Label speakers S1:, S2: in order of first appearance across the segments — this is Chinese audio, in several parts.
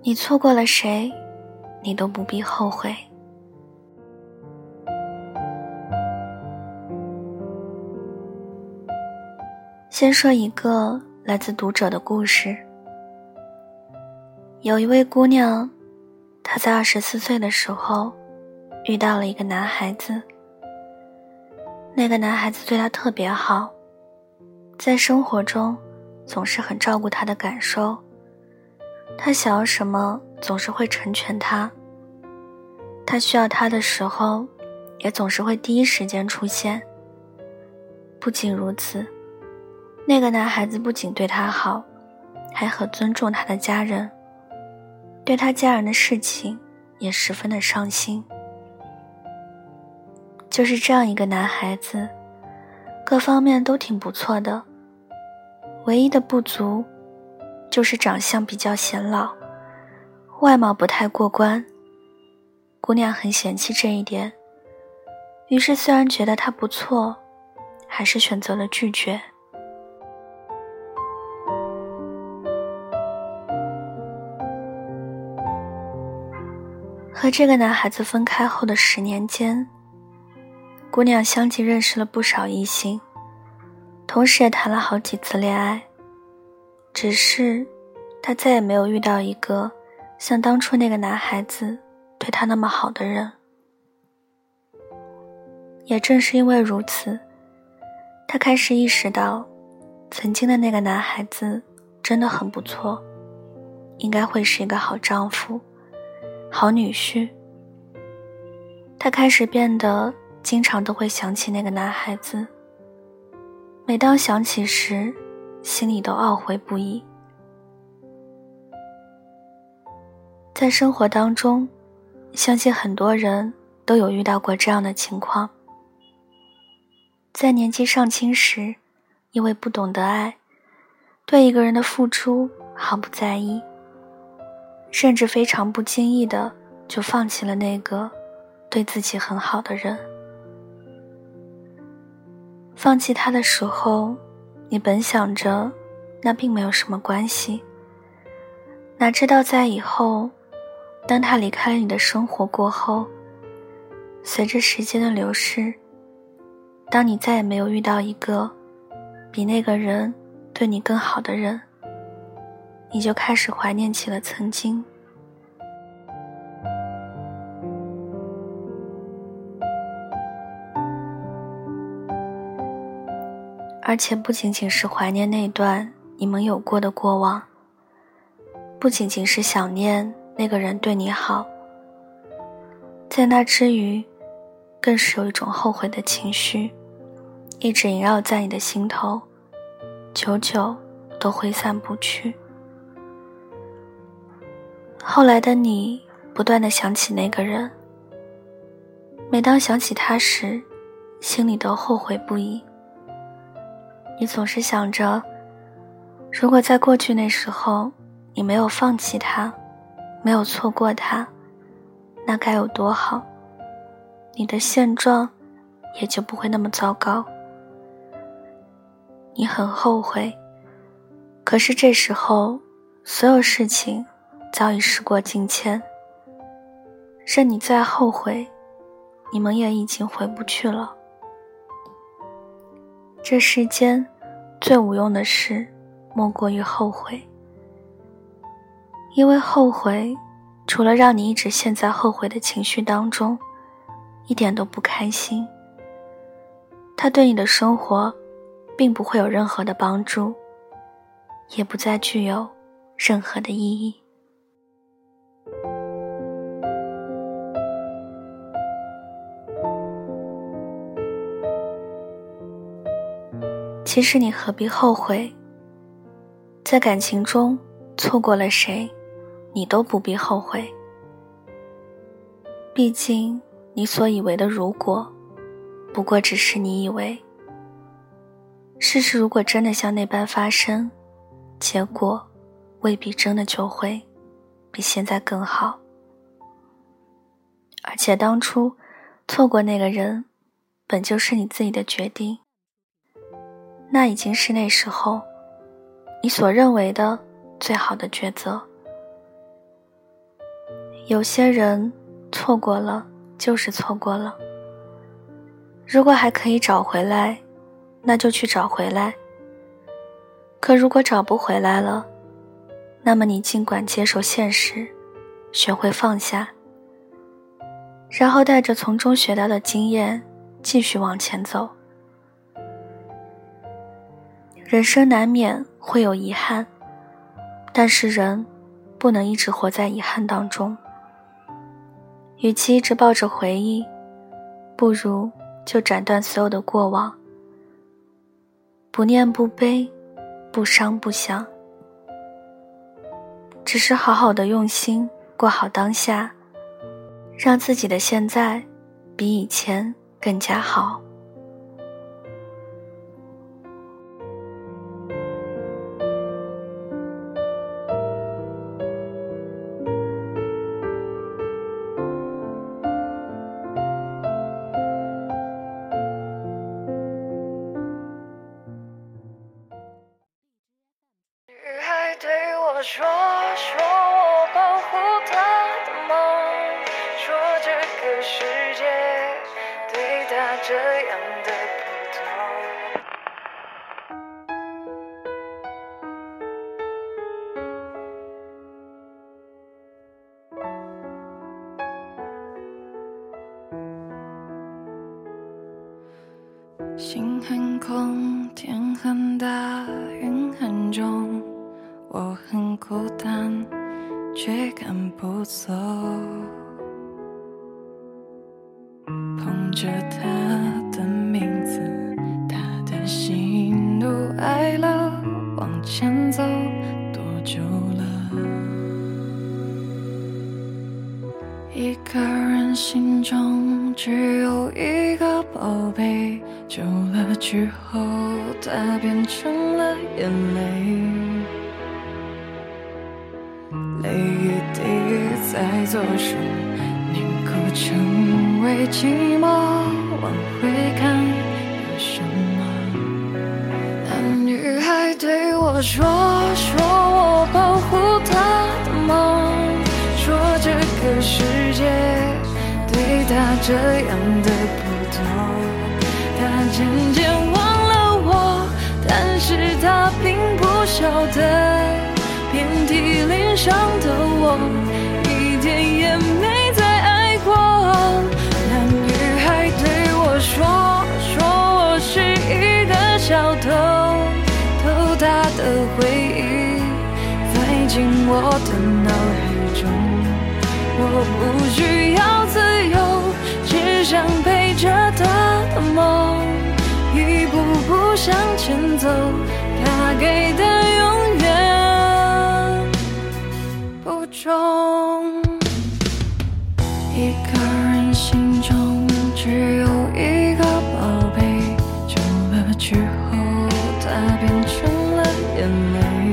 S1: 你错过了谁，你都不必后悔。先说一个来自读者的故事。有一位姑娘，她在24岁的时候遇到了一个男孩子。那个男孩子对她特别好，在生活中总是很照顾她的感受，她想要什么总是会成全她，她需要他的时候也总是会第一时间出现。不仅如此，那个男孩子不仅对她好，还很尊重她的家人，对她家人的事情也十分的上心。就是这样一个男孩子，各方面都挺不错的，唯一的不足就是长相比较显老，外貌不太过关。姑娘很嫌弃这一点，于是虽然觉得他不错，还是选择了拒绝。和这个男孩子分开后的10年间，姑娘相继认识了不少异性，同时也谈了好几次恋爱，只是她再也没有遇到一个像当初那个男孩子对她那么好的人。也正是因为如此，她开始意识到曾经的那个男孩子真的很不错，应该会是一个好丈夫，好女婿。她开始变得经常都会想起那个男孩子，每当想起时，心里都懊悔不已。在生活当中，相信很多人都有遇到过这样的情况。在年纪尚轻时，因为不懂得爱，对一个人的付出毫不在意，甚至非常不经意的就放弃了那个对自己很好的人。放弃他的时候，你本想着那并没有什么关系，哪知道在以后，当他离开了你的生活过后，随着时间的流逝，当你再也没有遇到一个比那个人对你更好的人，你就开始怀念起了曾经。而且不仅仅是怀念那段你们有过的过往，不仅仅是想念那个人对你好，在那之余，更是有一种后悔的情绪，一直萦绕在你的心头，久久都挥散不去。后来的你不断地想起那个人，每当想起他时，心里都后悔不已。你总是想着，如果在过去那时候你没有放弃他，没有错过他，那该有多好，你的现状也就不会那么糟糕。你很后悔，可是这时候所有事情早已时过境迁，任你再后悔，你们也已经回不去了。这世间最无用的事莫过于后悔，因为后悔除了让你一直陷在后悔的情绪当中，一点都不开心，它对你的生活并不会有任何的帮助，也不再具有任何的意义。其实你何必后悔，在感情中错过了谁，你都不必后悔。毕竟你所以为的如果，不过只是你以为。事实如果真的像那般发生，结果未必真的就会比现在更好。而且当初错过那个人，本就是你自己的决定，那已经是那时候你所认为的最好的抉择。 有些人错过了就是错过了，如果还可以找回来，那就去找回来。可如果找不回来了，那么你尽管接受现实，学会放下，然后带着从中学到的经验继续往前走。人生难免会有遗憾，但是人不能一直活在遗憾当中。与其一直抱着回忆，不如就斩断所有的过往，不念不悲，不伤不想，只是好好的用心过好当下，让自己的现在比以前更加好。
S2: 说我保护他的梦，说这个世界对他这样的不同。心很空，天很大，云很重，我很孤单，却赶不走。捧着他的名字，他的喜怒哀乐，往前走多久了？一个人心中只有一个宝贝，久了之后，它变成了眼泪。泪一滴在左手凝固成为寂寞，往回看有什么？那女孩对我说我保护她的梦，说这个世界对她这样的不同。她渐渐忘了我，但是她并不晓得遍体鳞伤的我，一点也没再爱过。那女孩对我说我是一个小偷，偷她的回忆，塞进我的脑海中。我不需要自由，只想陪着她的梦，一步步向前走，她给的永远不重。一个人心中只有一个宝贝，久了之后它变成了眼泪，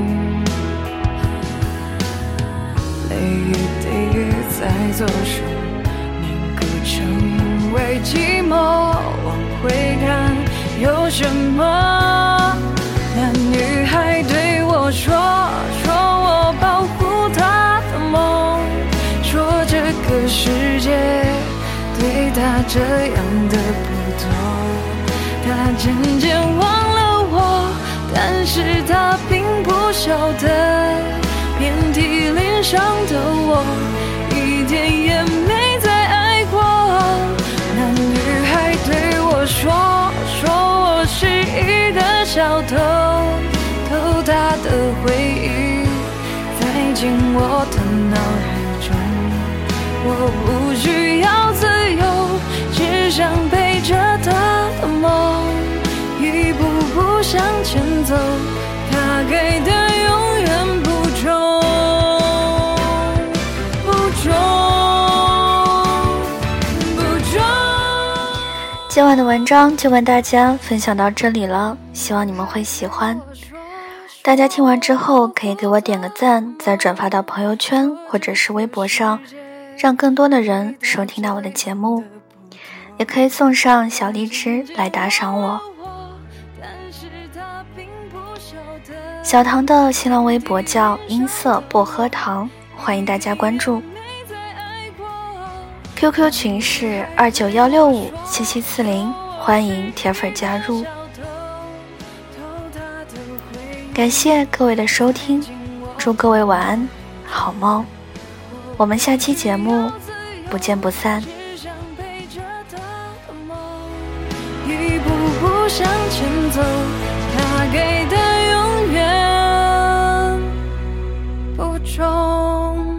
S2: 泪一滴在左手凝固成为寂寞，往回看有什么？那女孩对我说我保护她的梦，说这个世界对她这样的不同。她渐渐忘了我，但是她并不晓得遍体鳞伤的我，一点也没再爱过。那女孩对我说我是一个小偷，偷她的回忆，塞进我的脑海中。我不需要自由，只想陪着她的梦，一步步向前走，她给的永远不重，不重，不重。
S1: 今晚的文章就跟大家分享到这里了，希望你们会喜欢。大家听完之后可以给我点个赞，再转发到朋友圈或者是微博上，让更多的人收听到我的节目，也可以送上小荔枝来打赏我。小唐的新浪微博叫音色薄荷糖，欢迎大家关注。 ，QQ 群是291657740，欢迎铁粉加入。感谢各位的收听，祝各位晚安，好梦。我们下期节目不见不散。
S2: 一步步向前走，他给的永远不重。